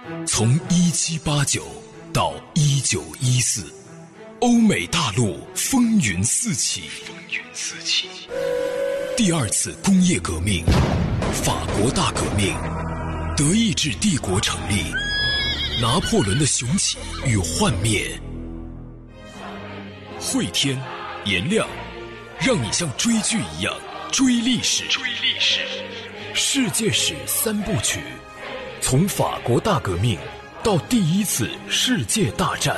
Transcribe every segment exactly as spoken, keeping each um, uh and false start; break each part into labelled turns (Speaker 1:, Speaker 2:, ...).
Speaker 1: 从一七八九到一九一四，欧美大陆风云四起。风云四起。第二次工业革命，法国大革命，德意志帝国成立，拿破仑的雄起与幻灭。汇天、颜亮，让你像追剧一样追历史。追历史。世界史三部曲，从法国大革命到第一次世界大战。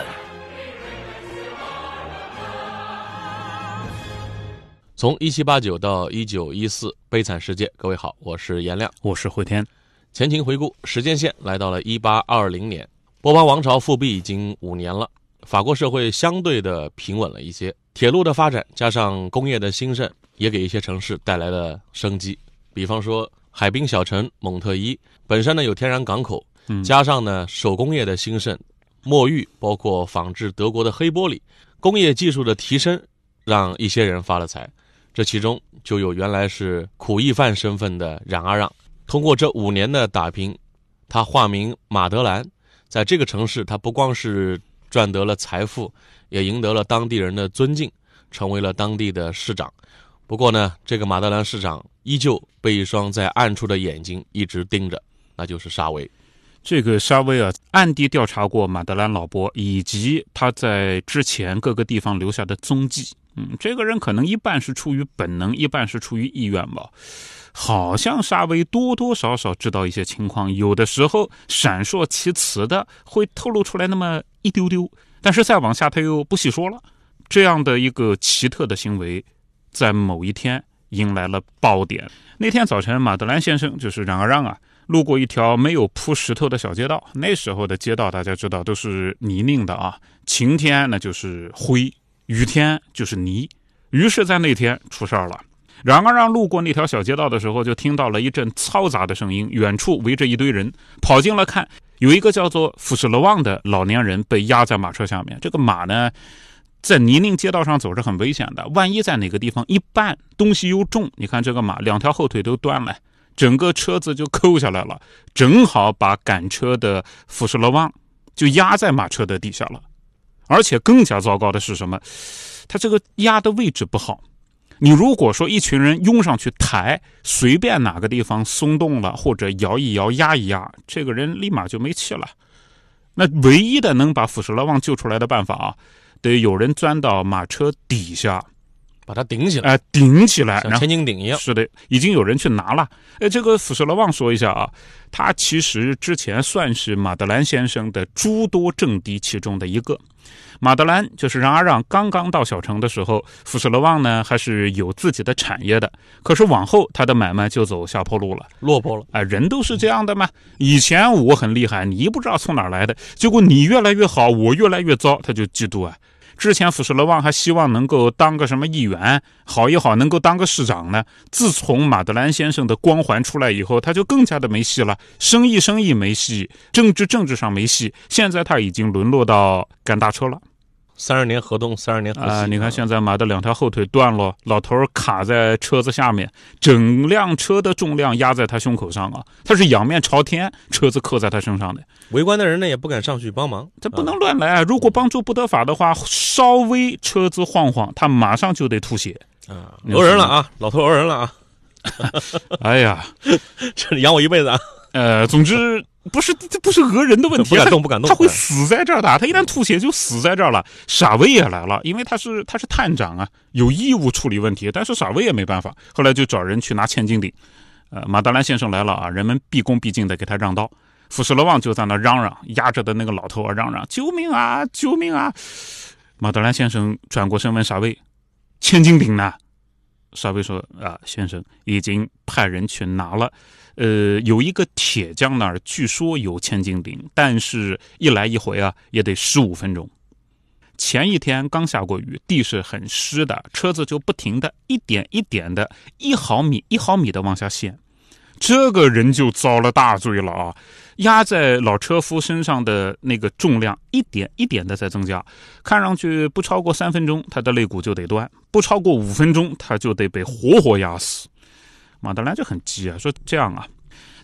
Speaker 2: 从一七八九到一九一四，悲惨世界。各位好，我是颜亮，
Speaker 3: 我是汇天。
Speaker 2: 前情回顾，时间线来到了一八二零年，波旁王朝复辟已经五年了，法国社会相对的平稳了一些，铁路的发展加上工业的兴盛，也给一些城市带来了生机。比方说海滨小城蒙特伊本身呢有天然港口，加上呢手工业的兴盛，墨玉包括仿制德国的黑玻璃，工业技术的提升，让一些人发了财。这其中就有原来是苦役犯身份的冉阿让，通过这五年的打拼，他化名马德兰，在这个城市他不光是赚得了财富，也赢得了当地人的尊敬，成为了当地的市长。不过呢，这个马德兰市长依旧被一双在暗处的眼睛一直盯着，那就是沙威。
Speaker 3: 这个沙威啊，暗地调查过马德兰老伯以及他在之前各个地方留下的踪迹。嗯，这个人可能一半是出于本能，一半是出于意愿吧。好像沙威多多少少知道一些情况，有的时候闪烁其词的会透露出来那么一丢丢，但是再往下他又不细说了。这样的一个奇特的行为，在某一天迎来了爆点。那天早晨，马德兰先生就是冉阿让啊，路过一条没有铺石头的小街道。那时候的街道大家知道都是泥泞的啊，晴天那就是灰，雨天就是泥。于是在那天出事儿了。冉阿让路过那条小街道的时候，就听到了一阵嘈杂的声音，远处围着一堆人，跑近了看，有一个叫做福什勒旺的老年人被压在马车下面。这个马呢，在泥泞街道上走是很危险的，万一在哪个地方一绊，东西又重，你看这个马两条后腿都断了，整个车子就扣下来了，正好把赶车的福什勒旺就压在马车的底下了。而且更加糟糕的是什么？他这个压的位置不好，你如果说一群人拥上去抬，随便哪个地方松动了，或者摇一摇压一压，这个人立马就没气了。那唯一的能把福什勒旺救出来的办法啊，得有人钻到马车底下，
Speaker 2: 把它顶起来，
Speaker 3: 呃、顶起来，
Speaker 2: 像千斤顶一样。
Speaker 3: 是的，已经有人去拿了。呃，这个福什勒旺说一下啊，他其实之前算是马德兰先生的诸多政敌其中的一个。马德兰就是冉阿让刚刚到小城的时候，福什勒旺呢还是有自己的产业的，可是往后他的买卖就走下坡路了，
Speaker 2: 落魄了。
Speaker 3: 哎、呃，人都是这样的嘛。以前我很厉害，你不知道从哪儿来的，结果你越来越好，我越来越糟，他就嫉妒啊。之前福什勒旺还希望能够当个什么议员，好一好能够当个市长呢。自从马德兰先生的光环出来以后，他就更加的没戏了，生意生意没戏，政治政治上没戏，现在他已经沦落到赶大车了。
Speaker 2: 三十年河东，三十年河西
Speaker 3: 啊、呃！你看现在马的两条后腿断了，老头卡在车子下面，整辆车的重量压在他胸口上啊！他是仰面朝天，车子刻在他身上的。
Speaker 2: 围观的人呢也不敢上去帮忙，
Speaker 3: 他不能乱来。如果帮助不得法的话，稍微车子晃晃，他马上就得吐血
Speaker 2: 啊！讹人了啊，老头讹人了啊！
Speaker 3: 哎呀，
Speaker 2: 这养我一辈子啊！
Speaker 3: 呃，总之。不是，这不是讹人的问题，
Speaker 2: 不敢动，不敢动，
Speaker 3: 他会死在这儿的。他一旦吐血就死在这儿了。傻威也来了，因为他是他是探长啊，有义务处理问题，但是傻威也没办法。后来就找人去拿千斤顶。呃，马德兰先生来了啊，人们毕恭毕敬的给他让道。福什勒旺就在那嚷嚷，压着的那个老头啊嚷嚷：“救命啊，救命啊！”马德兰先生转过身问傻威：“千斤顶呢？”傻威说：“啊，先生已经派人去拿了。”呃，有一个铁匠那儿据说有千斤顶，但是一来一回啊，也得十五分钟。前一天刚下过雨，地是很湿的，车子就不停的一点一点的，一毫米一毫米的往下陷。这个人就遭了大罪了啊！压在老车夫身上的那个重量一点一点的在增加，看上去不超过三分钟，他的肋骨就得断；不超过五分钟，他就得被活活压死。马德兰就很急啊，说这样啊，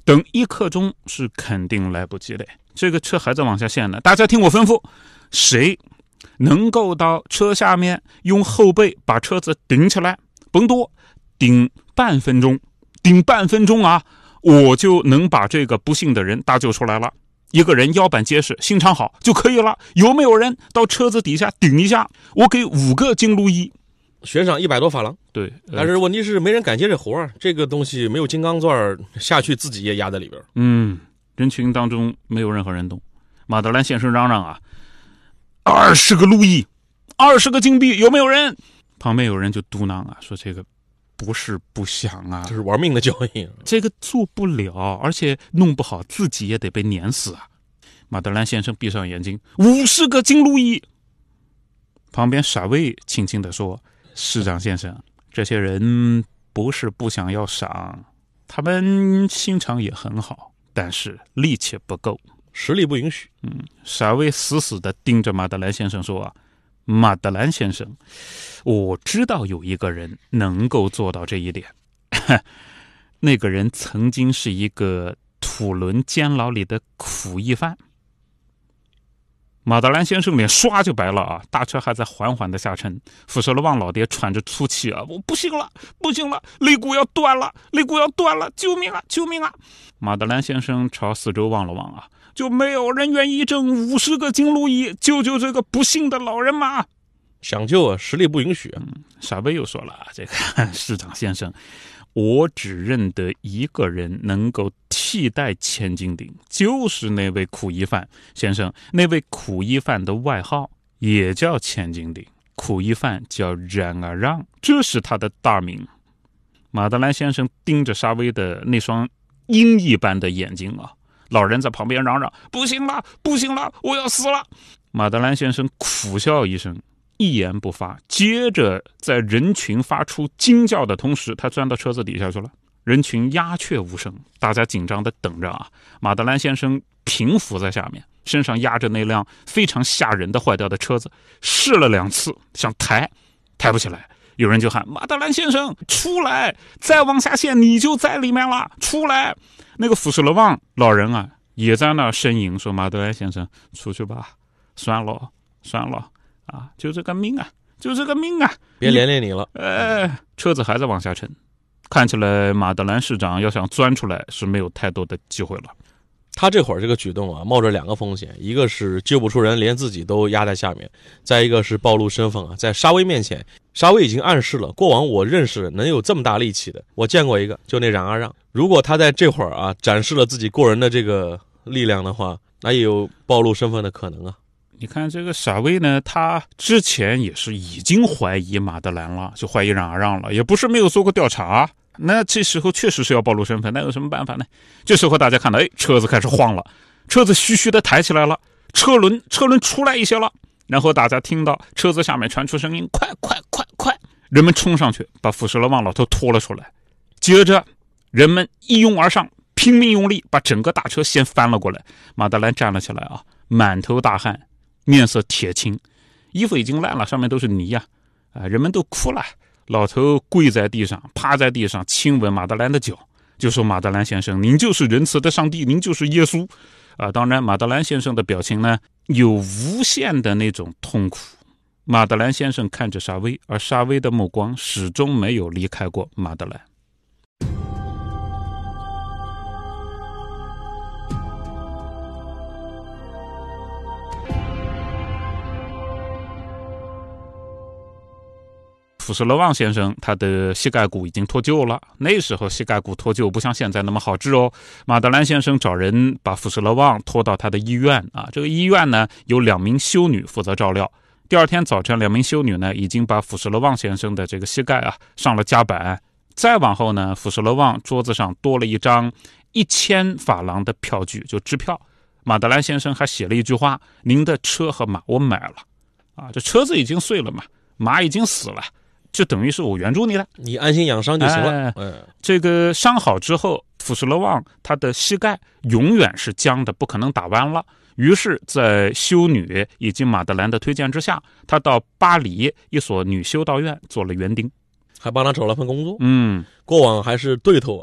Speaker 3: 等一刻钟是肯定来不及的。这个车还在往下陷呢，大家听我吩咐，谁能够到车下面用后背把车子顶起来，甭多，顶半分钟，顶半分钟啊，我就能把这个不幸的人搭救出来了。一个人腰板结实，心肠好就可以了。有没有人到车子底下顶一下？我给五个金路一，
Speaker 2: 悬赏一百多法郎。
Speaker 3: 对、呃，
Speaker 2: 但是问题是没人敢接这活儿，这个东西没有金刚钻下去，自己也压在里边。
Speaker 3: 嗯，人群当中没有任何人动。马德兰先生嚷嚷啊，二十个路易，二十个金币，有没有人？旁边有人就嘟囔啊，说这个不是不想啊，
Speaker 2: 这是玩命的交易，
Speaker 3: 这个做不了，而且弄不好自己也得被碾死啊。马德兰先生闭上眼睛，五十个金路易。旁边傻卫轻轻地说，市长先生，这些人不是不想要赏，他们心肠也很好，但是力气不够，
Speaker 2: 实力不允许。
Speaker 3: 嗯，傻卫死死地盯着马德兰先生说啊，马德兰先生，我知道有一个人能够做到这一点，那个人曾经是一个土伦监牢里的苦役犯。马德兰先生脸唰就白了啊！大车还在缓缓的下沉，福舍勒旺老爹喘着粗气啊，我不行了，不行了，肋骨要断了，肋骨要断了，救命啊，救命啊！马德兰先生朝四周望了望啊，就没有人愿意挣五十个金路易救救这个不幸的老人吗？
Speaker 2: 想救啊，实力不允许啊。
Speaker 3: 嗯，傻贝又说了，这个市长先生，我只认得一个人能够替代千斤顶，就是那位苦役犯先生。那位苦役犯的外号也叫千斤顶，苦役犯叫冉阿让，这是他的大名。马德兰先生盯着沙威的那双鹰一般的眼睛啊，老人在旁边嚷嚷，不行了，不行了，我要死了。马德兰先生苦笑一声，一言不发，接着在人群发出惊叫的同时，他钻到车子底下去了。人群鸦雀无声，大家紧张地等着啊。马德兰先生平伏在下面，身上压着那辆非常吓人的坏掉的车子，试了两次想抬，抬不起来。有人就喊，马德兰先生出来，再往下陷你就在里面了，出来。那个福舍勒旺老人啊也在那呻吟说，马德兰先生出去吧，算了算了啊，就这个命啊，就这个命啊，
Speaker 2: 别连累你了。
Speaker 3: 呃，车子还在往下沉，看起来马德兰市长要想钻出来是没有太多的机会了。
Speaker 2: 他这会儿这个举动啊，冒着两个风险，一个是救不出人，连自己都压在下面；再一个是暴露身份啊，在沙威面前，沙威已经暗示了，过往我认识能有这么大力气的，我见过一个，就那冉阿让。如果他在这会儿啊展示了自己过人的这个力量的话，那也有暴露身份的可能啊。
Speaker 3: 你看这个傻威呢，他之前也是已经怀疑马德兰了，就怀疑冉阿让了，也不是没有做过调查。那这时候确实是要暴露身份，那有什么办法呢？这时候大家看到，哎，车子开始晃了，车子虚虚的抬起来了，车轮车轮出来一些了，然后大家听到车子下面传出声音，快快快快！人们冲上去把福舍勒旺老头拖了出来，接着人们一拥而上，拼命用力把整个大车先翻了过来。马德兰站了起来啊，满头大汗，面色铁青，衣服已经烂了，上面都是泥呀、啊，啊，人们都哭了。老头跪在地上，趴在地上亲吻马德兰的脚，就说，马德兰先生，您就是仁慈的上帝，您就是耶稣啊！当然马德兰先生的表情呢有无限的那种痛苦。马德兰先生看着沙威，而沙威的目光始终没有离开过马德兰。福舍勒旺先生他的膝盖骨已经脱臼了，那时候膝盖骨脱臼不像现在那么好治哦。马德兰先生找人把福舍勒旺拖到他的医院啊，这个医院呢有两名修女负责照料。第二天早晨，两名修女呢已经把福舍勒旺先生的这个膝盖啊上了夹板。再往后呢，福舍勒旺桌子上多了一张一千法郎的票据，就支票。马德兰先生还写了一句话：您的车和马我买了啊，这车子已经碎了嘛，马已经死了，就等于是我援助你了，
Speaker 2: 你安心养伤就行了。哎
Speaker 3: 哎、这个伤好之后，福舍勒旺他的膝盖永远是僵的，不可能打弯了。于是在修女以及马德兰的推荐之下，他到巴黎一所女修道院做了园丁，
Speaker 2: 还帮他找了份工作。
Speaker 3: 嗯，
Speaker 2: 过往还是对头啊，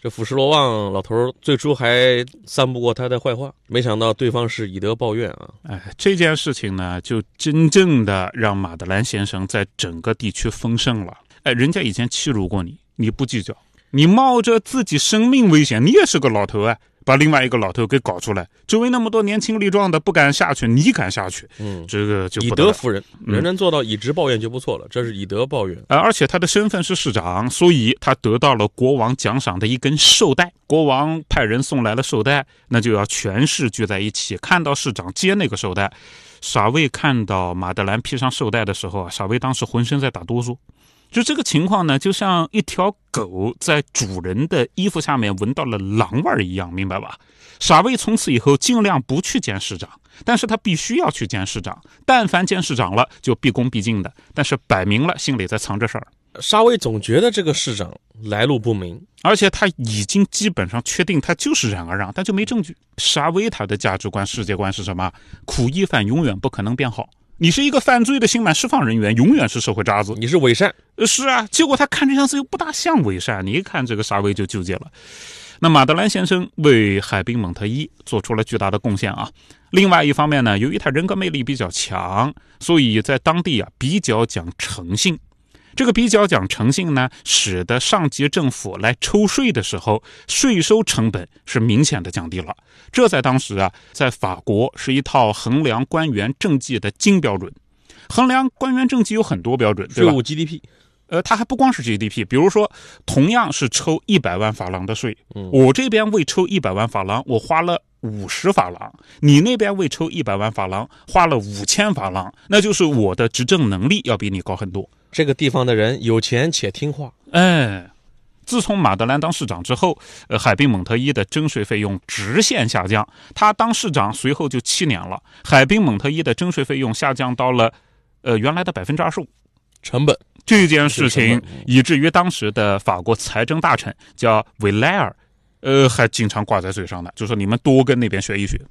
Speaker 2: 这腐蚀罗旺老头最初还散布过他的坏话，没想到对方是以德报怨啊！
Speaker 3: 哎，这件事情呢，就真正的让马德兰先生在整个地区丰盛了。哎，人家以前欺辱过你，你不计较，你冒着自己生命危险，你也是个老头啊，把另外一个老头给搞出来，周围那么多年轻力壮的不敢下去，你敢下去，
Speaker 2: 嗯，
Speaker 3: 这个就
Speaker 2: 以
Speaker 3: 不得了
Speaker 2: 德服人，人人做到以直报怨就不错了，这是以德报怨。
Speaker 3: 呃，而且他的身份是市长，所以他得到了国王奖赏的一根绶带。国王派人送来了绶带，那就要全市聚在一起，看到市长接那个绶带。傻威看到马德兰披上绶带的时候啊，傻威当时浑身在打哆嗦。就这个情况呢，就像一条狗在主人的衣服下面闻到了狼味一样，明白吧？傻威从此以后尽量不去见市长，但是他必须要去见市长，但凡见市长了就毕恭毕敬的，但是摆明了心里在藏着事儿。
Speaker 2: 沙威总觉得这个市长来路不明，
Speaker 3: 而且他已经基本上确定他就是冉阿让，但就没证据。沙威他的价值观世界观是什么？苦役犯永远不可能变好，你是一个犯罪的刑满释放人员，永远是社会渣子，
Speaker 2: 你是伪善。
Speaker 3: 是啊，结果他看这样子又不大像伪善，你一看这个沙威就纠结了。那马德兰先生为海滨蒙特伊做出了巨大的贡献啊。另外一方面呢，由于他人格魅力比较强，所以在当地啊比较讲诚信。这个比较讲诚信呢，使得上级政府来抽税的时候，税收成本是明显的降低了。这在当时啊，在法国是一套衡量官员政绩的金标准。衡量官员政绩有很多标准，对吧？
Speaker 2: 税务 G D P，
Speaker 3: 呃，它还不光是 G D P， 比如说，同样是抽一百万法郎的税，
Speaker 2: 嗯，
Speaker 3: 我这边为抽一百万法郎，我花了五十法郎，你那边为抽一百万法郎花了五千法郎，那就是我的执政能力要比你高很多。
Speaker 2: 这个地方的人有钱且听话。
Speaker 3: 哎，自从马德兰当市长之后，呃，海滨蒙特伊的征税费用直线下降。他当市长随后就七年了，海滨蒙特伊的征税费用下降到了，呃，原来的百分之二十五。
Speaker 2: 成本
Speaker 3: 这件事情，以至于当时的法国财政大臣叫维莱尔，呃，还经常挂在嘴上的，就说你们多跟那边学一学。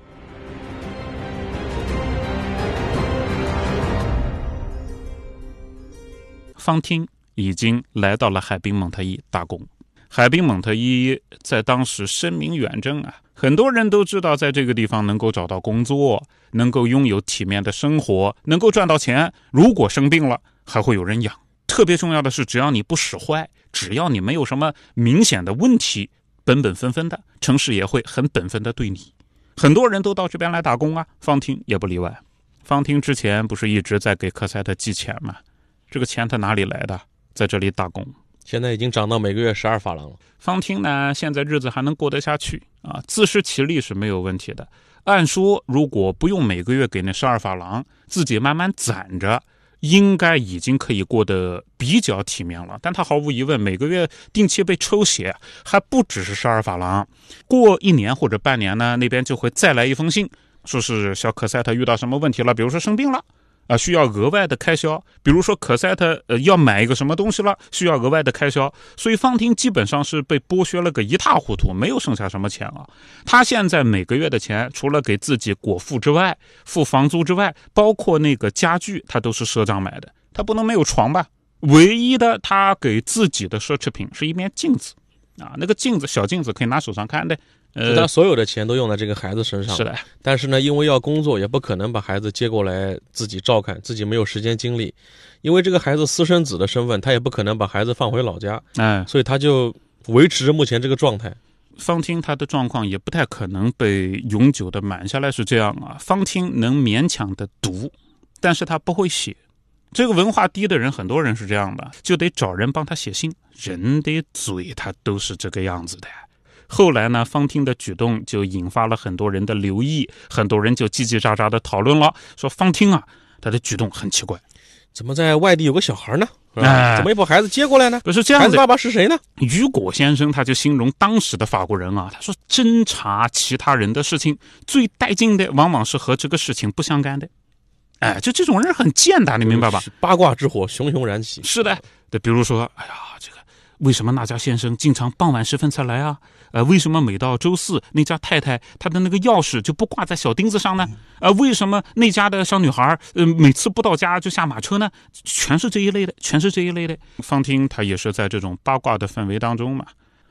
Speaker 3: 方汀已经来到了海滨蒙特伊打工。海滨蒙特伊在当时声名远震啊，很多人都知道在这个地方能够找到工作，能够拥有体面的生活，能够赚到钱，如果生病了还会有人养。特别重要的是，只要你不使坏，只要你没有什么明显的问题，本本分分的，城市也会很本分的对你。很多人都到这边来打工啊，方汀也不例外。方汀之前不是一直在给科赛特寄钱吗？这个钱他哪里来的？在这里打工，
Speaker 2: 现在已经涨到每个月十二法郎了。
Speaker 3: 方汀呢，现在日子还能过得下去啊，自食其力是没有问题的。按说，如果不用每个月给那十二法郎，自己慢慢攒着，应该已经可以过得比较体面了。但他毫无疑问，每个月定期被抽血，还不只是十二法郎。过一年或者半年呢，那边就会再来一封信，说是小可赛特遇到什么问题了，比如说生病了。啊，需要额外的开销，比如说可赛特呃要买一个什么东西了，需要额外的开销，所以方汀基本上是被剥削了个一塌糊涂，没有剩下什么钱啊。他现在每个月的钱，除了给自己果腹之外，付房租之外，包括那个家具，他都是赊账买的。他不能没有床吧？唯一的他给自己的奢侈品是一面镜子啊，那个镜子小镜子可以拿手上看的。
Speaker 2: 呃，他所有的钱都用在这个孩子身上。
Speaker 3: 是的，
Speaker 2: 但是呢，因为要工作，也不可能把孩子接过来自己照看，自己没有时间精力。因为这个孩子私生子的身份，他也不可能把孩子放回老家，
Speaker 3: 哎，
Speaker 2: 所以他就维持着目前这个状态。
Speaker 3: 方汀他的状况也不太可能被永久的满下来，是这样啊。方汀能勉强的读，但是他不会写。这个文化低的人，很多人是这样的，就得找人帮他写信。人的嘴他都是这个样子的。后来呢，方汀的举动就引发了很多人的留意，很多人就叽叽喳喳的讨论了，说方汀啊，他的举动很奇怪，
Speaker 2: 怎么在外地有个小孩呢？
Speaker 3: 哎，
Speaker 2: 怎么也把孩子接过来呢？
Speaker 3: 不是这样的，
Speaker 2: 孩子爸爸是谁呢？
Speaker 3: 雨果先生他就形容当时的法国人啊，他说侦查其他人的事情最带劲的，往往是和这个事情不相干的。哎，就这种人很贱的，你明白吧？
Speaker 2: 八卦之火熊熊燃起。
Speaker 3: 是的，对，比如说，哎呀，这个为什么那家先生经常傍晚时分才来啊？呃，为什么每到周四那家太太她的那个钥匙就不挂在小钉子上呢？呃，为什么那家的小女孩呃每次不到家就下马车呢？全是这一类的，全是这一类的。方汀他也是在这种八卦的氛围当中嘛。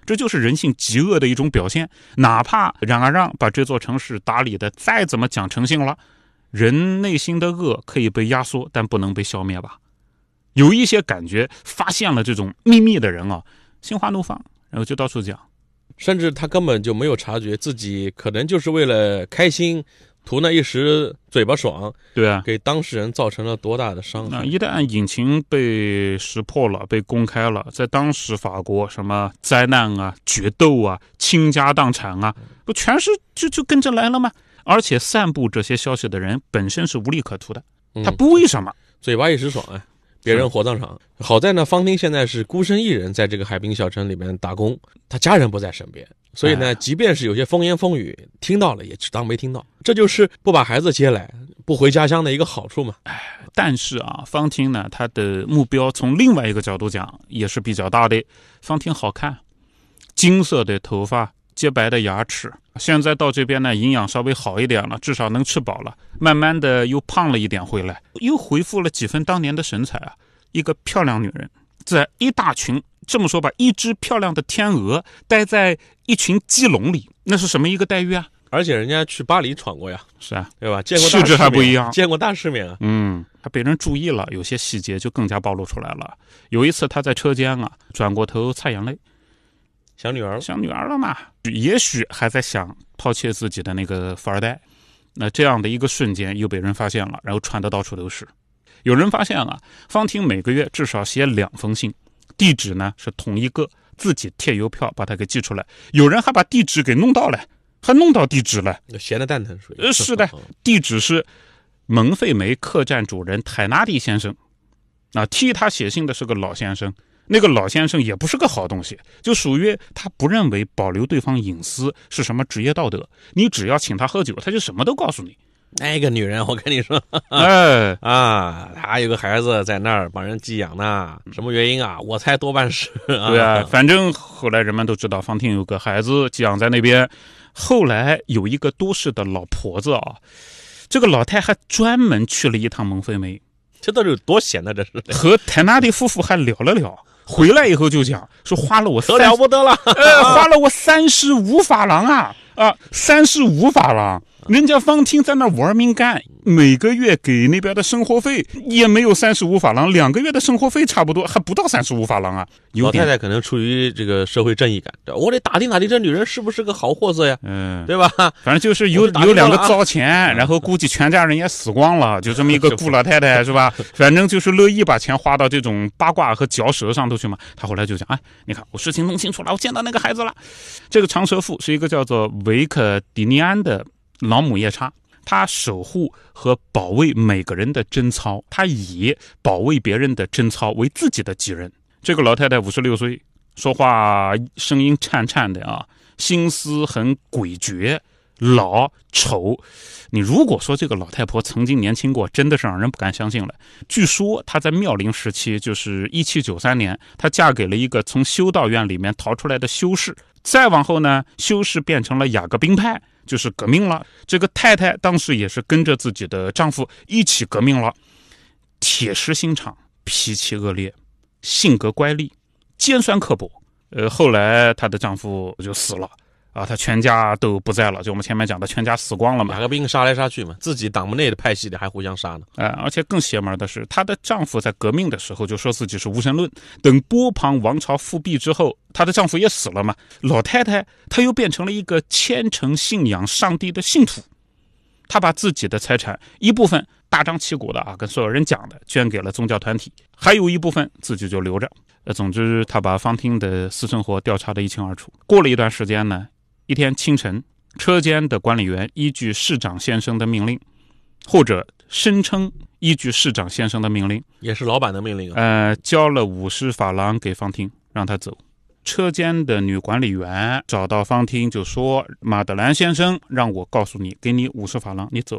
Speaker 3: 这就是人性极恶的一种表现。哪怕冉阿让把这座城市打理的再怎么讲诚信了，人内心的恶可以被压缩，但不能被消灭吧。有一些感觉发现了这种秘密的人啊，心花怒放，然后就到处讲，
Speaker 2: 甚至他根本就没有察觉自己可能就是为了开心图那一时嘴巴爽，
Speaker 3: 对啊，
Speaker 2: 给当事人造成了多大的伤害。
Speaker 3: 那一旦隐情被识破了，被公开了，在当时法国什么灾难啊、决斗啊、倾家荡产啊，不全是就就跟着来了吗？而且散布这些消息的人本身是无利可图的，他不为什么、嗯、
Speaker 2: 嘴巴一时爽哎，别人火葬场。好在呢，方汀现在是孤身一人在这个海滨小城里面打工，他家人不在身边，所以呢、哎、即便是有些风言风语听到了也只当没听到，这就是不把孩子接来不回家乡的一个好处嘛。
Speaker 3: 哎，但是啊，方汀呢，他的目标从另外一个角度讲也是比较大的。方汀好看，金色的头发，洁白的牙齿，现在到这边呢，营养稍微好一点了，至少能吃饱了，慢慢的又胖了一点回来，又恢复了几分当年的神采啊。一个漂亮女人在一大群，这么说吧，一只漂亮的天鹅待在一群鸡笼里，那是什么一个待遇啊？
Speaker 2: 而且人家去巴黎闯过呀，
Speaker 3: 是啊，
Speaker 2: 对吧？见过大世面，
Speaker 3: 气质还不一样，
Speaker 2: 见过大世面啊。
Speaker 3: 嗯，他被人注意了，有些细节就更加暴露出来了。有一次他在车间啊，转过头擦眼泪，
Speaker 2: 想女儿了，
Speaker 3: 想女儿了嘛？也许还在想抛弃自己的那个富二代。那这样的一个瞬间又被人发现了，然后传得到处都是。有人发现啊，方汀每个月至少写两封信，地址呢是同一个，自己贴邮票把它给寄出来。有人还把地址给弄到了，还弄到地址了，
Speaker 2: 闲的蛋疼水。
Speaker 3: 呃，是的，地址是蒙费梅客栈主人泰纳蒂先生。啊，替他写信的是个老先生，那个老先生也不是个好东西，就属于他不认为保留对方隐私是什么职业道德，你只要请他喝酒，他就什么都告诉你。
Speaker 2: 那个女人，我跟你说，
Speaker 3: 哎
Speaker 2: 啊，她有个孩子在那儿帮人寄养呢，什么原因啊？我猜多半是、啊、
Speaker 3: 对啊，反正后来人们都知道方汀有个孩子寄养在那边。后来有一个都市的老婆子啊，这个老太还专门去了一趟蒙费梅，
Speaker 2: 这到底有多闲呢？这是
Speaker 3: 和泰纳蒂夫妇还聊了聊。回来以后就讲说花了我
Speaker 2: 得了不得了，
Speaker 3: 呃，花了我三十五法郎啊啊，三十五法郎。人家方汀在那玩命干，每个月给那边的生活费也没有三十五法郎，两个月的生活费差不多还不到三十五法郎啊。
Speaker 2: 老太太可能出于这个社会正义感，我得打听打听这女人是不是个好货色呀，嗯，对吧？
Speaker 3: 反正就是有有两个糟钱，然后估计全家人也死光了，就这么一个孤老太太是吧？反正就是乐意把钱花到这种八卦和嚼舌上头去嘛。他后来就讲，哎，你看我事情弄清楚了，我见到那个孩子了。这个长舌妇是一个叫做维克迪尼安的老母夜叉，他守护和保卫每个人的贞操，他以保卫别人的贞操为自己的己任。这个老太太五十六岁，说话声音颤颤的啊，心思很诡谲，老丑。你如果说这个老太婆曾经年轻过，真的是让人不敢相信了。据说她在妙龄时期，就是一七九三年，她嫁给了一个从修道院里面逃出来的修士。再往后呢，修士变成了雅各宾派，就是革命了。这个太太当时也是跟着自己的丈夫一起革命了，铁石心肠，脾气恶劣，性格乖戾，尖酸刻薄。呃，后来她的丈夫就死了啊，她全家都不在了，就我们前面讲的全家死光了嘛。
Speaker 2: 雅各宾杀来杀去嘛，自己党内的派系的还互相杀呢。
Speaker 3: 哎、呃，而且更邪门的是，她的丈夫在革命的时候就说自己是无神论，等波旁王朝复辟之后，她的丈夫也死了嘛，老太太她又变成了一个虔诚信仰上帝的信徒。她把自己的财产一部分大张旗鼓的啊，跟所有人讲的捐给了宗教团体，还有一部分自己就留着。呃，总之她把方汀的私生活调查得一清二楚。过了一段时间呢，一天清晨，车间的管理员依据市长先生的命令，或者声称依据市长先生的命令，
Speaker 2: 也是老板的命令啊，
Speaker 3: 呃，交了五十法郎给方汀，让他走。车间的女管理员找到方汀就说：“马德兰先生让我告诉你，给你五十法郎，你走吧。”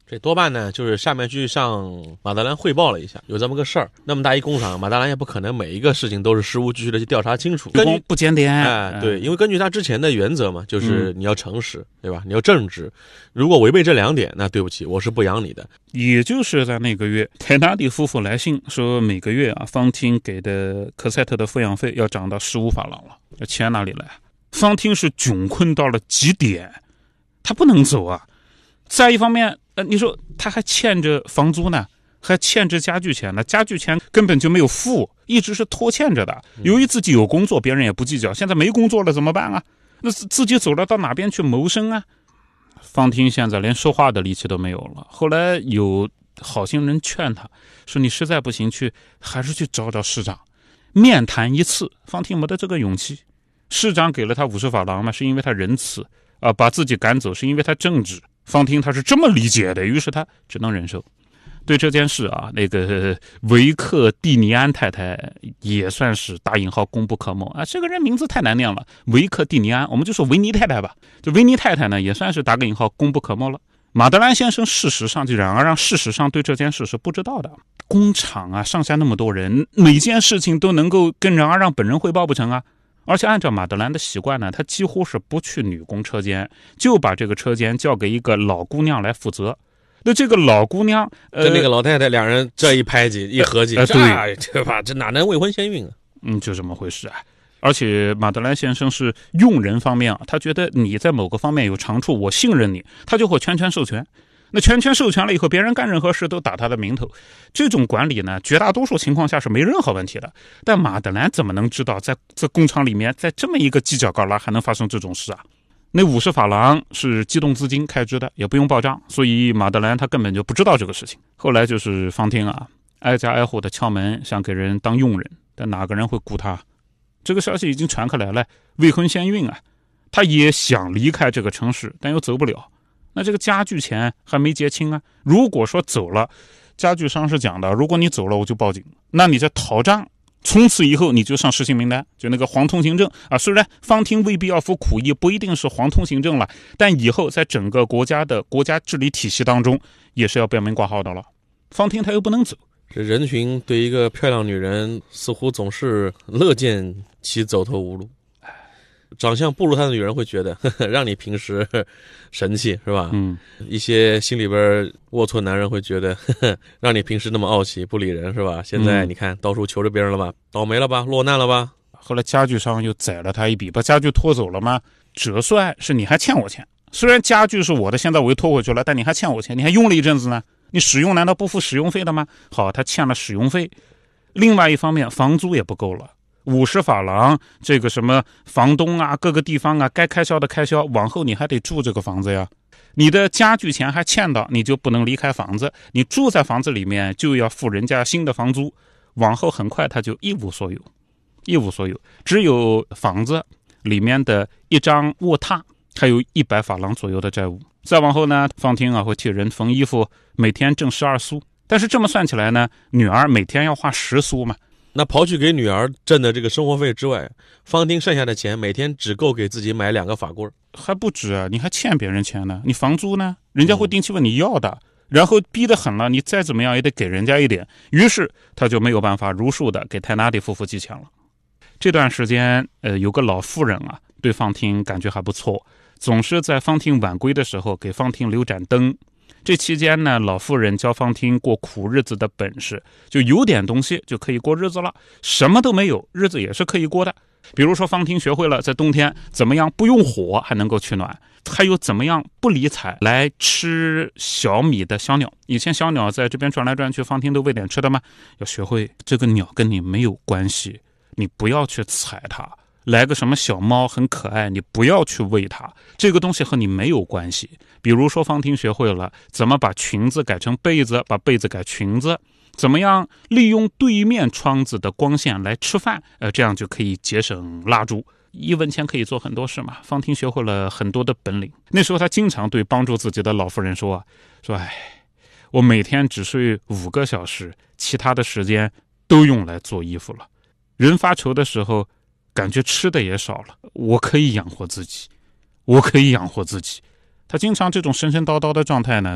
Speaker 2: 这多半呢就是下面去向马德兰汇报了一下，有这么个事儿。那么大一工厂，马德兰也不可能每一个事情都是事无巨细的去调查清楚，
Speaker 3: 根据不检点。
Speaker 2: 哎，对，因为根据他之前的原则嘛，就是你要诚实，嗯、对吧？你要正直。如果违背这两点，那对不起，我是不养你的。
Speaker 3: 也就是在那个月，泰纳迪夫妇来信说，每个月啊，方汀给的科赛特的抚养费要涨到十五法郎了，这钱哪里来？方汀是窘困到了极点，他不能走啊。再一方面，呃，你说他还欠着房租呢，还欠着家具钱呢，家具钱根本就没有付，一直是拖欠着的。由于自己有工作，别人也不计较，现在没工作了怎么办啊？那自己走了到哪边去谋生啊？方汀现在连说话的力气都没有了。后来有好心人劝他说：“你实在不行，去还是去找找市长，面谈一次。”方汀没得这个勇气。市长给了他五十法郎嘛，是因为他仁慈啊；把自己赶走是因为他正直。方汀他是这么理解的，于是他只能忍受。对这件事啊，那个维克蒂尼安太太也算是打引号功不可没啊。这个人名字太难念了，维克蒂尼安，我们就说维尼太太吧。这维尼太太呢，也算是打个引号功不可没了。马德兰先生事实上就然而让事实上对这件事是不知道的。工厂啊，上下那么多人，每件事情都能够跟然而让本人汇报不成啊？而且按照马德兰的习惯呢，他几乎是不去女工车间，就把这个车间交给一个老姑娘来负责。那这个老姑娘
Speaker 2: 跟那个老太太两人这一拍挤、呃、一合计，
Speaker 3: 呃、对，
Speaker 2: 这吧，这哪能未婚先孕啊？
Speaker 3: 嗯，就这么回事啊。而且马德兰先生是用人方面啊，他觉得你在某个方面有长处，我信任你，他就会全权授权。那全权授权了以后，别人干任何事都打他的名头。这种管理呢，绝大多数情况下是没任何问题的。但马德兰怎么能知道，在在工厂里面，在这么一个犄角旮旯还能发生这种事啊？那五十法郎是机动资金开支的，也不用报账，所以马德兰他根本就不知道这个事情。后来就是方汀啊，挨家挨户的敲门，想给人当佣人，但哪个人会雇他？这个消息已经传开来了，未婚先孕啊，他也想离开这个城市，但又走不了。那这个家具钱还没结清啊！如果说走了，家具商是讲的，如果你走了，我就报警。那你这逃账，从此以后你就上失信名单，就那个黄通行证啊。虽然方汀未必要服苦役，不一定是黄通行证了，但以后在整个国家的国家治理体系当中，也是要标明挂号的了。方汀他又不能走，
Speaker 2: 这人群对一个漂亮女人似乎总是乐见其走投无路。长相不如他的女人会觉得呵呵让你平时神气是吧？
Speaker 3: 嗯，
Speaker 2: 一些心里边龌龊男人会觉得呵呵让你平时那么傲气不理人是吧？现在你看到处求着别人了吧，倒霉了吧，落难了吧？
Speaker 3: 后来家具商又宰了他一笔，把家具拖走了吗？折算是你还欠我钱，虽然家具是我的，现在我又拖回去了，但你还欠我钱，你还用了一阵子呢，你使用难道不付使用费的吗？好，他欠了使用费。另外一方面，房租也不够了。五十法郎，这个什么房东啊，各个地方啊，该开销的开销，往后你还得住这个房子呀。你的家具钱还欠到，你就不能离开房子，你住在房子里面就要付人家新的房租，往后很快他就一无所有，一无所有，只有房子里面的一张卧榻，还有一百法郎左右的债务。再往后呢，方汀啊会替人缝衣服，每天挣十二苏，但是这么算起来呢，女儿每天要花十苏嘛。
Speaker 2: 那刨去给女儿挣的这个生活费之外，方汀剩下的钱每天只够给自己买两个法棍，
Speaker 3: 还不止啊！你还欠别人钱呢，你房租呢，人家会定期问你要的，嗯、然后逼得很了，你再怎么样也得给人家一点。于是他就没有办法如数的给泰纳迪夫妇寄钱了。这段时间，呃，有个老妇人啊，对方汀感觉还不错，总是在方汀晚归的时候给方汀留盏灯。这期间呢，老妇人教方汀过苦日子的本事，就有点东西就可以过日子了，什么都没有，日子也是可以过的。比如说方汀学会了在冬天怎么样不用火还能够取暖，还有怎么样不理睬来吃小米的小鸟。以前小鸟在这边转来转去，方汀都喂点吃的吗？要学会这个鸟跟你没有关系，你不要去踩它。来个什么小猫很可爱，你不要去喂它，这个东西和你没有关系。比如说方汀学会了怎么把裙子改成被子，把被子改裙子，怎么样利用对面窗子的光线来吃饭，呃，这样就可以节省蜡烛。一文钱可以做很多事嘛。方汀学会了很多的本领。那时候他经常对帮助自己的老妇人说啊，说哎，我每天只睡五个小时，其他的时间都用来做衣服了。人发愁的时候感觉吃的也少了，我可以养活自己，我可以养活自己。他经常这种神神叨叨的状态呢，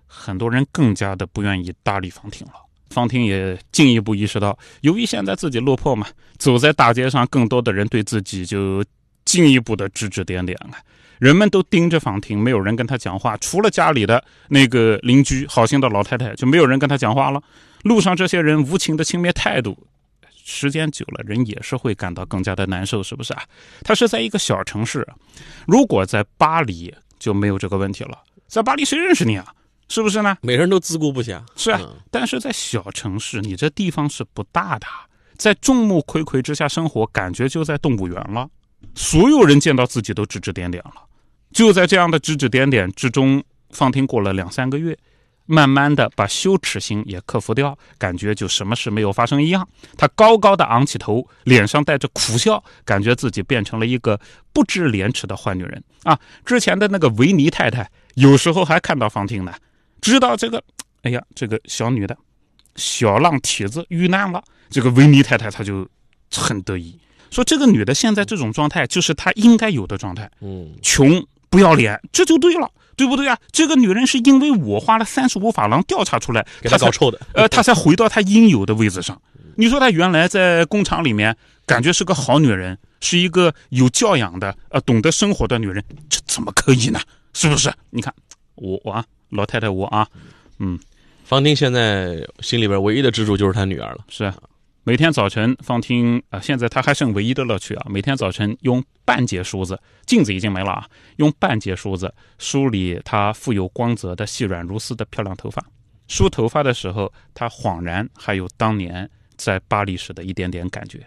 Speaker 3: 很多人更加的不愿意搭理方婷了。方婷也进一步意识到，由于现在自己落魄嘛，走在大街上，更多的人对自己就进一步的指指点点了。人们都盯着方婷，没有人跟他讲话，除了家里的那个邻居好心的老太太，就没有人跟他讲话了。路上这些人无情的轻蔑态度，时间久了，人也是会感到更加的难受，是不是啊？他是在一个小城市，如果在巴黎就没有这个问题了。在巴黎谁认识你啊？是不是呢？
Speaker 2: 每人都自顾不暇。
Speaker 3: 是啊、嗯，但是在小城市，你这地方是不大的，在众目睽睽之下生活，感觉就在动物园了。所有人见到自己都指指点点了。就在这样的指指点点之中，方婷过了两三个月，慢慢的把羞耻心也克服掉，感觉就什么事没有发生一样。他高高的昂起头，脸上带着苦笑，感觉自己变成了一个不知廉耻的坏女人啊！之前的那个维尼太太，有时候还看到方婷呢，知道这个，哎呀，这个小女的小浪蹄子遇难了，这个维尼太太她就很得意，说这个女的现在这种状态就是她应该有的状态，嗯，穷不要脸，这就对了，对不对啊？这个女人是因为我花了三十五法郎调查出来，
Speaker 2: 给她搞臭的，
Speaker 3: 呃，她才回到她应有的位置上。你说她原来在工厂里面感觉是个好女人，是一个有教养的、呃，懂得生活的女人，这怎么可以呢？是不是？你看我我啊，老太太我啊，嗯，
Speaker 2: 方婷现在心里边唯一的支柱就是她女儿了，
Speaker 3: 是啊。每天早晨，方婷啊、呃，现在她还剩唯一的乐趣啊！每天早晨用半截梳子，镜子已经没了啊，用半截梳子梳理她富有光泽的细软如丝的漂亮头发。梳头发的时候，她恍然还有当年在巴黎时的一点点感觉。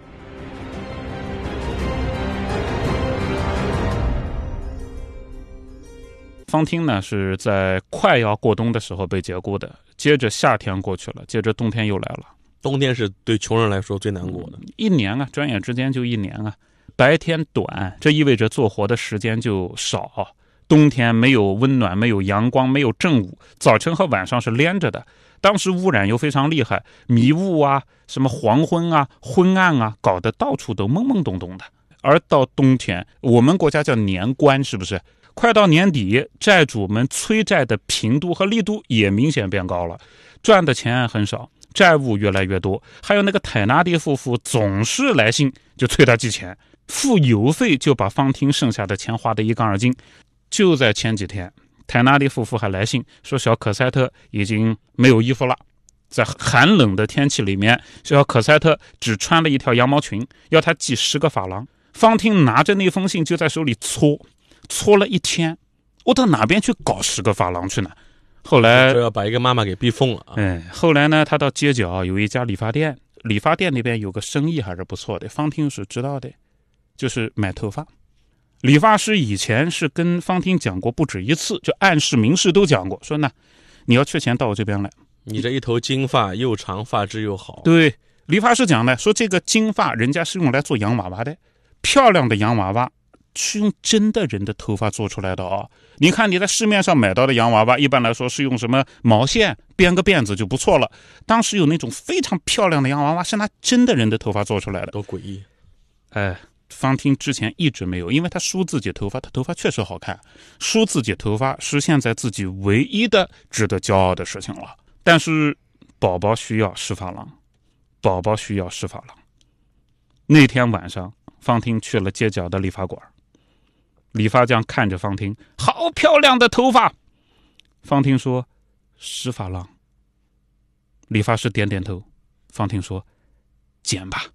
Speaker 3: 方婷呢是在快要过冬的时候被解雇的，接着夏天过去了，接着冬天又来了。
Speaker 2: 冬天是对穷人来说最难过的，
Speaker 3: 嗯、一年啊，转眼之间就一年啊。白天短，这意味着做活的时间就少。冬天没有温暖，没有阳光，没有正午，早晨和晚上是连着的。当时污染又非常厉害，迷雾啊，什么黄昏啊、昏暗啊，搞得到处都懵懵懂懂的。而到冬天，我们国家叫年关，是不是？快到年底，债主们催债的频度和力度也明显变高了，赚的钱很少。债务越来越多，还有那个泰纳蒂夫妇总是来信就催他寄钱，付邮费就把方婷剩下的钱花得一干二净。就在前几天，泰纳蒂夫妇还来信说小可塞特已经没有衣服了，在寒冷的天气里面，小可塞特只穿了一条羊毛裙，要他寄十个法郎。方婷拿着那封信就在手里搓，搓了一天，我到哪边去搞十个法郎去呢？后来
Speaker 2: 这要把一个妈妈给逼疯了啊！
Speaker 3: 哎，后来呢，他到街角有一家理发店，理发店那边有个生意还是不错的，方婷是知道的，就是买头发。理发师以前是跟方婷讲过不止一次，就暗示明示都讲过，说呢，你要缺钱到我这边来，
Speaker 2: 你这一头金发又长，发质又好。
Speaker 3: 对，理发师讲的，说这个金发人家是用来做洋娃娃的，漂亮的洋娃娃是用真的人的头发做出来的啊！你看你在市面上买到的洋娃娃，一般来说是用什么毛线编个辫子就不错了。当时有那种非常漂亮的洋娃娃，是拿真的人的头发做出来的，
Speaker 2: 多诡异！
Speaker 3: 哎，方婷之前一直没有，因为她梳自己头发，她头发确实好看，梳自己头发是现在自己唯一的值得骄傲的事情了。但是宝宝需要十法郎，宝宝需要十法郎。那天晚上，方婷去了街角的理发馆。理发匠看着方婷，好漂亮的头发。方婷说：“十法郎。”理发师点点头。方婷说：“剪吧。”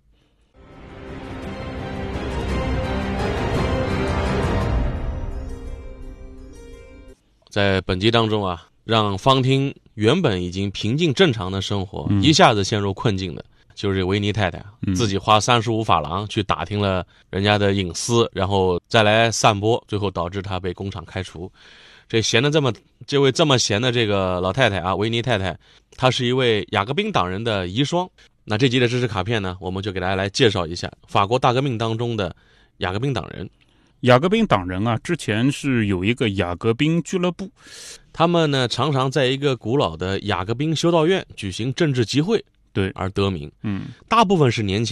Speaker 2: 在本集当中啊，让方婷原本已经平静正常的生活，
Speaker 3: 嗯、
Speaker 2: 一下子陷入困境的。就是维尼太太、嗯、自己花三十五法郎去打听了人家的隐私，然后再来散播，最后导致他被工厂开除。这闲的这么这位这么闲的这个老太太啊，维尼太太，她是一位雅各宾党人的遗孀。那这集的知识卡片呢，我们就给大家来介绍一下法国大革命当中的雅各宾党人。
Speaker 3: 雅各宾党人啊，之前是有一个雅各宾俱乐部，
Speaker 2: 他们呢常常在一个古老的雅各宾修道院举行政治集会。对，而得名。嗯，大部分是年轻人，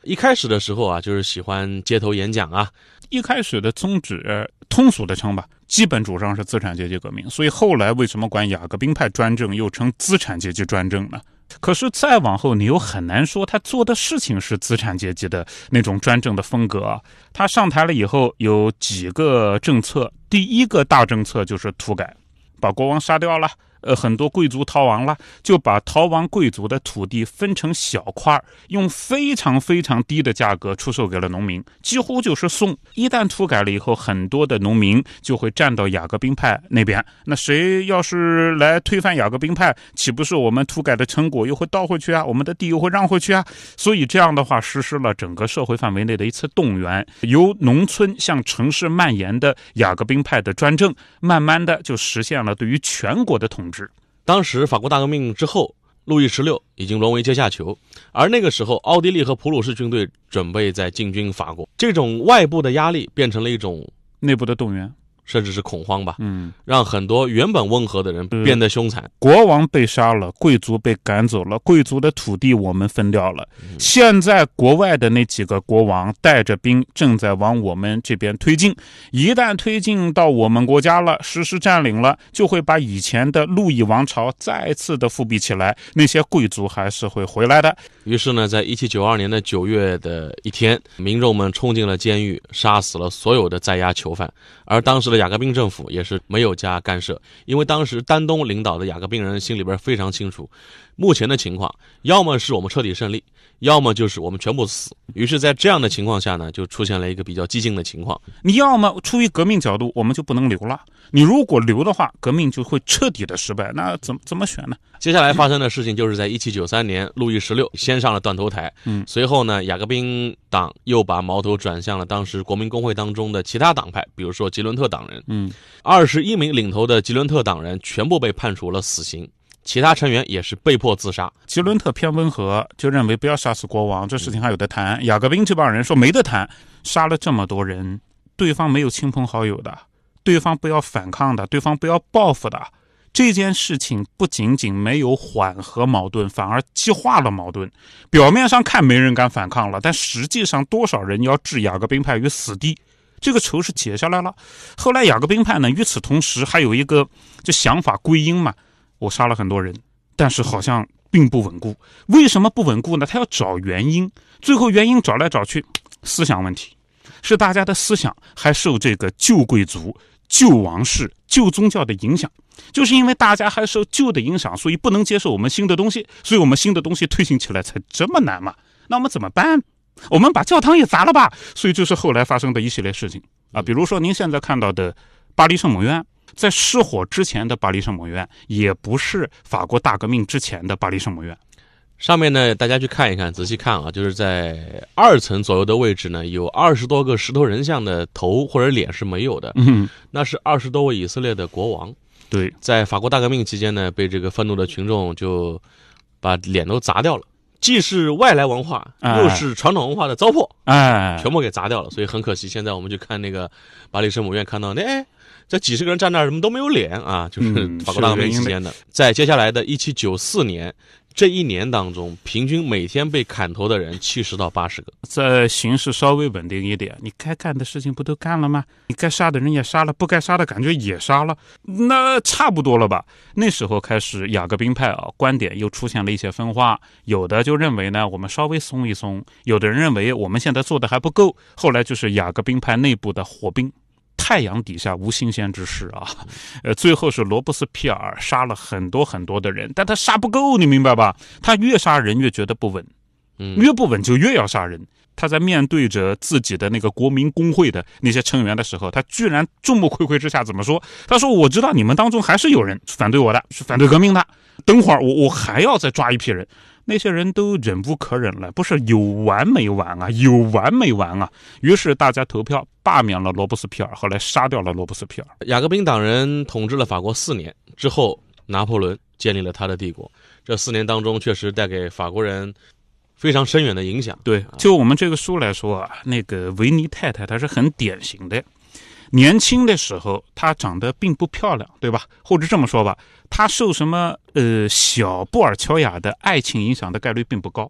Speaker 2: 一开始的时候啊，就是喜欢街头演讲啊。
Speaker 3: 一开始的宗旨，通俗的称吧，基本主张是资产阶级革命，所以后来为什么管雅各宾派专政又称资产阶级专政呢？可是再往后你又很难说他做的事情是资产阶级的那种专政的风格啊。他上台了以后有几个政策，第一个大政策就是土改，把国王杀掉了，呃，很多贵族逃亡了，就把逃亡贵族的土地分成小块，用非常非常低的价格出售给了农民，几乎就是送。一旦土改了以后，很多的农民就会站到雅各宾派那边。那谁要是来推翻雅各宾派，岂不是我们土改的成果又会倒回去啊？我们的地又会让回去啊？所以这样的话，实施了整个社会范围内的一次动员，由农村向城市蔓延的雅各宾派的专政，慢慢的就实现了对于全国的统治。
Speaker 2: 当时法国大革命之后，路易十六已经沦为阶下囚，而那个时候奥地利和普鲁士军队准备在进军法国，这种外部的压力变成了一种
Speaker 3: 内部的动员，
Speaker 2: 甚至是恐慌吧，
Speaker 3: 嗯，
Speaker 2: 让很多原本温和的人变得凶残。
Speaker 3: 国王被杀了，贵族被赶走了，贵族的土地我们分掉了。嗯、现在国外的那几个国王带着兵正在往我们这边推进，一旦推进到我们国家了，实施占领了，就会把以前的路易王朝再次的复辟起来，那些贵族还是会回来的。
Speaker 2: 于是呢，在一七九二年的九月的一天，民众们冲进了监狱，杀死了所有的在押囚犯，而当时的雅各宾政府也是没有加干涉，因为当时丹东领导的雅各宾人心里边非常清楚，目前的情况要么是我们彻底胜利，要么就是我们全部死。于是在这样的情况下呢，就出现了一个比较激进的情况，
Speaker 3: 你要么出于革命角度我们就不能留了，你如果留的话，革命就会彻底的失败，那怎么怎么选呢？
Speaker 2: 接下来发生的事情就是在一七九三年，路易十六先上了断头台，嗯，随后呢，雅各宾党又把矛头转向了当时国民公会当中的其他党派，比如说吉伦特党人，嗯，二十一名领头的吉伦特党人全部被判处了死刑，其他成员也是被迫自杀。
Speaker 3: 吉伦特偏温和，就认为不要杀死国王，这事情还有得谈。嗯、雅各宾这帮人说没得谈，杀了这么多人，对方没有亲朋好友的，对方不要反抗的，对方不要报复的。这件事情不仅仅没有缓和矛盾，反而激化了矛盾。表面上看没人敢反抗了，但实际上多少人要置雅各宾派于死地，这个仇是结下来了。后来雅各宾派呢，与此同时还有一个就想法归因嘛，我杀了很多人，但是好像并不稳固。为什么不稳固呢？他要找原因，最后原因找来找去，思想问题，是大家的思想还受这个旧贵族、旧王室、旧宗教的影响。就是因为大家还受旧的影响，所以不能接受我们新的东西，所以我们新的东西推行起来才这么难嘛。那我们怎么办？我们把教堂也砸了吧。所以就是后来发生的一系列事情啊，比如说您现在看到的巴黎圣母院，在失火之前的巴黎圣母院也不是法国大革命之前的巴黎圣母院。
Speaker 2: 上面呢，大家去看一看，仔细看啊，就是在二层左右的位置呢，有二十多个石头人像的头或者脸是没有的，嗯，那是二十多位以色列的国王。
Speaker 3: 对，
Speaker 2: 在法国大革命期间呢，被这个愤怒的群众就把脸都砸掉了，既是外来文化，
Speaker 3: 哎、
Speaker 2: 又是传统文化的糟粕，
Speaker 3: 哎，
Speaker 2: 全部给砸掉了。所以很可惜，现在我们去看那个巴黎圣母院，看到那哎，这几十个人站那儿，什么都没有脸啊，就是法国大革命期间的。嗯、在接下来的一七九四年。这一年当中，平均每天被砍头的人七十到八十个。
Speaker 3: 在形势稍微稳定一点，你该干的事情不都干了吗？你该杀的人也杀了，不该杀的感觉也杀了，那差不多了吧？那时候开始，雅各宾派啊，观点又出现了一些分化，有的就认为呢，我们稍微松一松；有的人认为我们现在做的还不够。后来就是雅各宾派内部的火并。太阳底下无新鲜之事啊！呃，最后是罗伯斯皮尔杀了很多很多的人，但他杀不够，你明白吧？他越杀人越觉得不稳，嗯，越不稳就越要杀人。他在面对着自己的那个国民工会的那些成员的时候，他居然众目睽睽之下怎么说？他说：“我知道你们当中还是有人反对我的，是反对革命的。等会儿我我还要再抓一批人。”那些人都忍无可忍了，不是有完没完啊，有完没完啊！于是大家投票罢免了罗伯斯皮尔，后来杀掉了罗伯斯皮尔。
Speaker 2: 雅各宾党人统治了法国四年之后，拿破仑建立了他的帝国。这四年当中，确实带给法国人非常深远的影响。
Speaker 3: 对，就我们这个书来说啊，那个维尼太太她是很典型的。年轻的时候她长得并不漂亮，对吧？或者这么说吧，她受什么呃小布尔乔亚的爱情影响的概率并不高。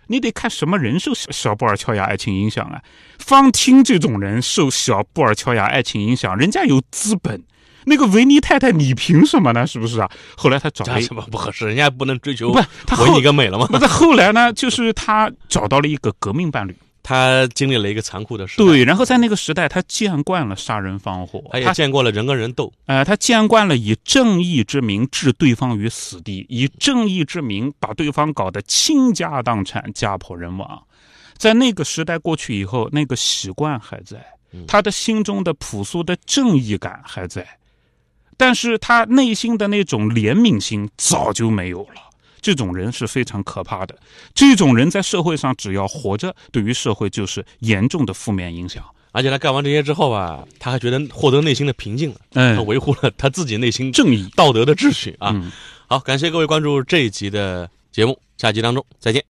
Speaker 3: 你得看什么人受小布尔乔亚爱情影响啊。方汀这种人受小布尔乔亚爱情影响，人家有资本。那个维尼太太，你凭什么呢？是不是啊？后来他找了，
Speaker 2: 什么不合适？人家不能追求
Speaker 3: 不，他
Speaker 2: 维尼更美了吗？
Speaker 3: 不是，后来呢，就是他找到了一个革命伴侣。
Speaker 2: 他经历了一个残酷的时代，
Speaker 3: 对，然后在那个时代，他见惯了杀人放火，
Speaker 2: 他也见过了人跟人斗，
Speaker 3: 呃，他见惯了以正义之名置对方于死地，以正义之名把对方搞得倾家荡产、家破人亡。在那个时代过去以后，那个习惯还在，他的心中的朴素的正义感还在，但是他内心的那种怜悯心早就没有了。这种人是非常可怕的，这种人在社会上只要活着，对于社会就是严重的负面影响。
Speaker 2: 而且他干完这些之后吧，他还觉得获得内心的平静了，
Speaker 3: 嗯，
Speaker 2: 他维护了他自己内心
Speaker 3: 正义、
Speaker 2: 道德的秩序啊。
Speaker 3: 嗯，
Speaker 2: 好，感谢各位关注这一集的节目，下集当中再见。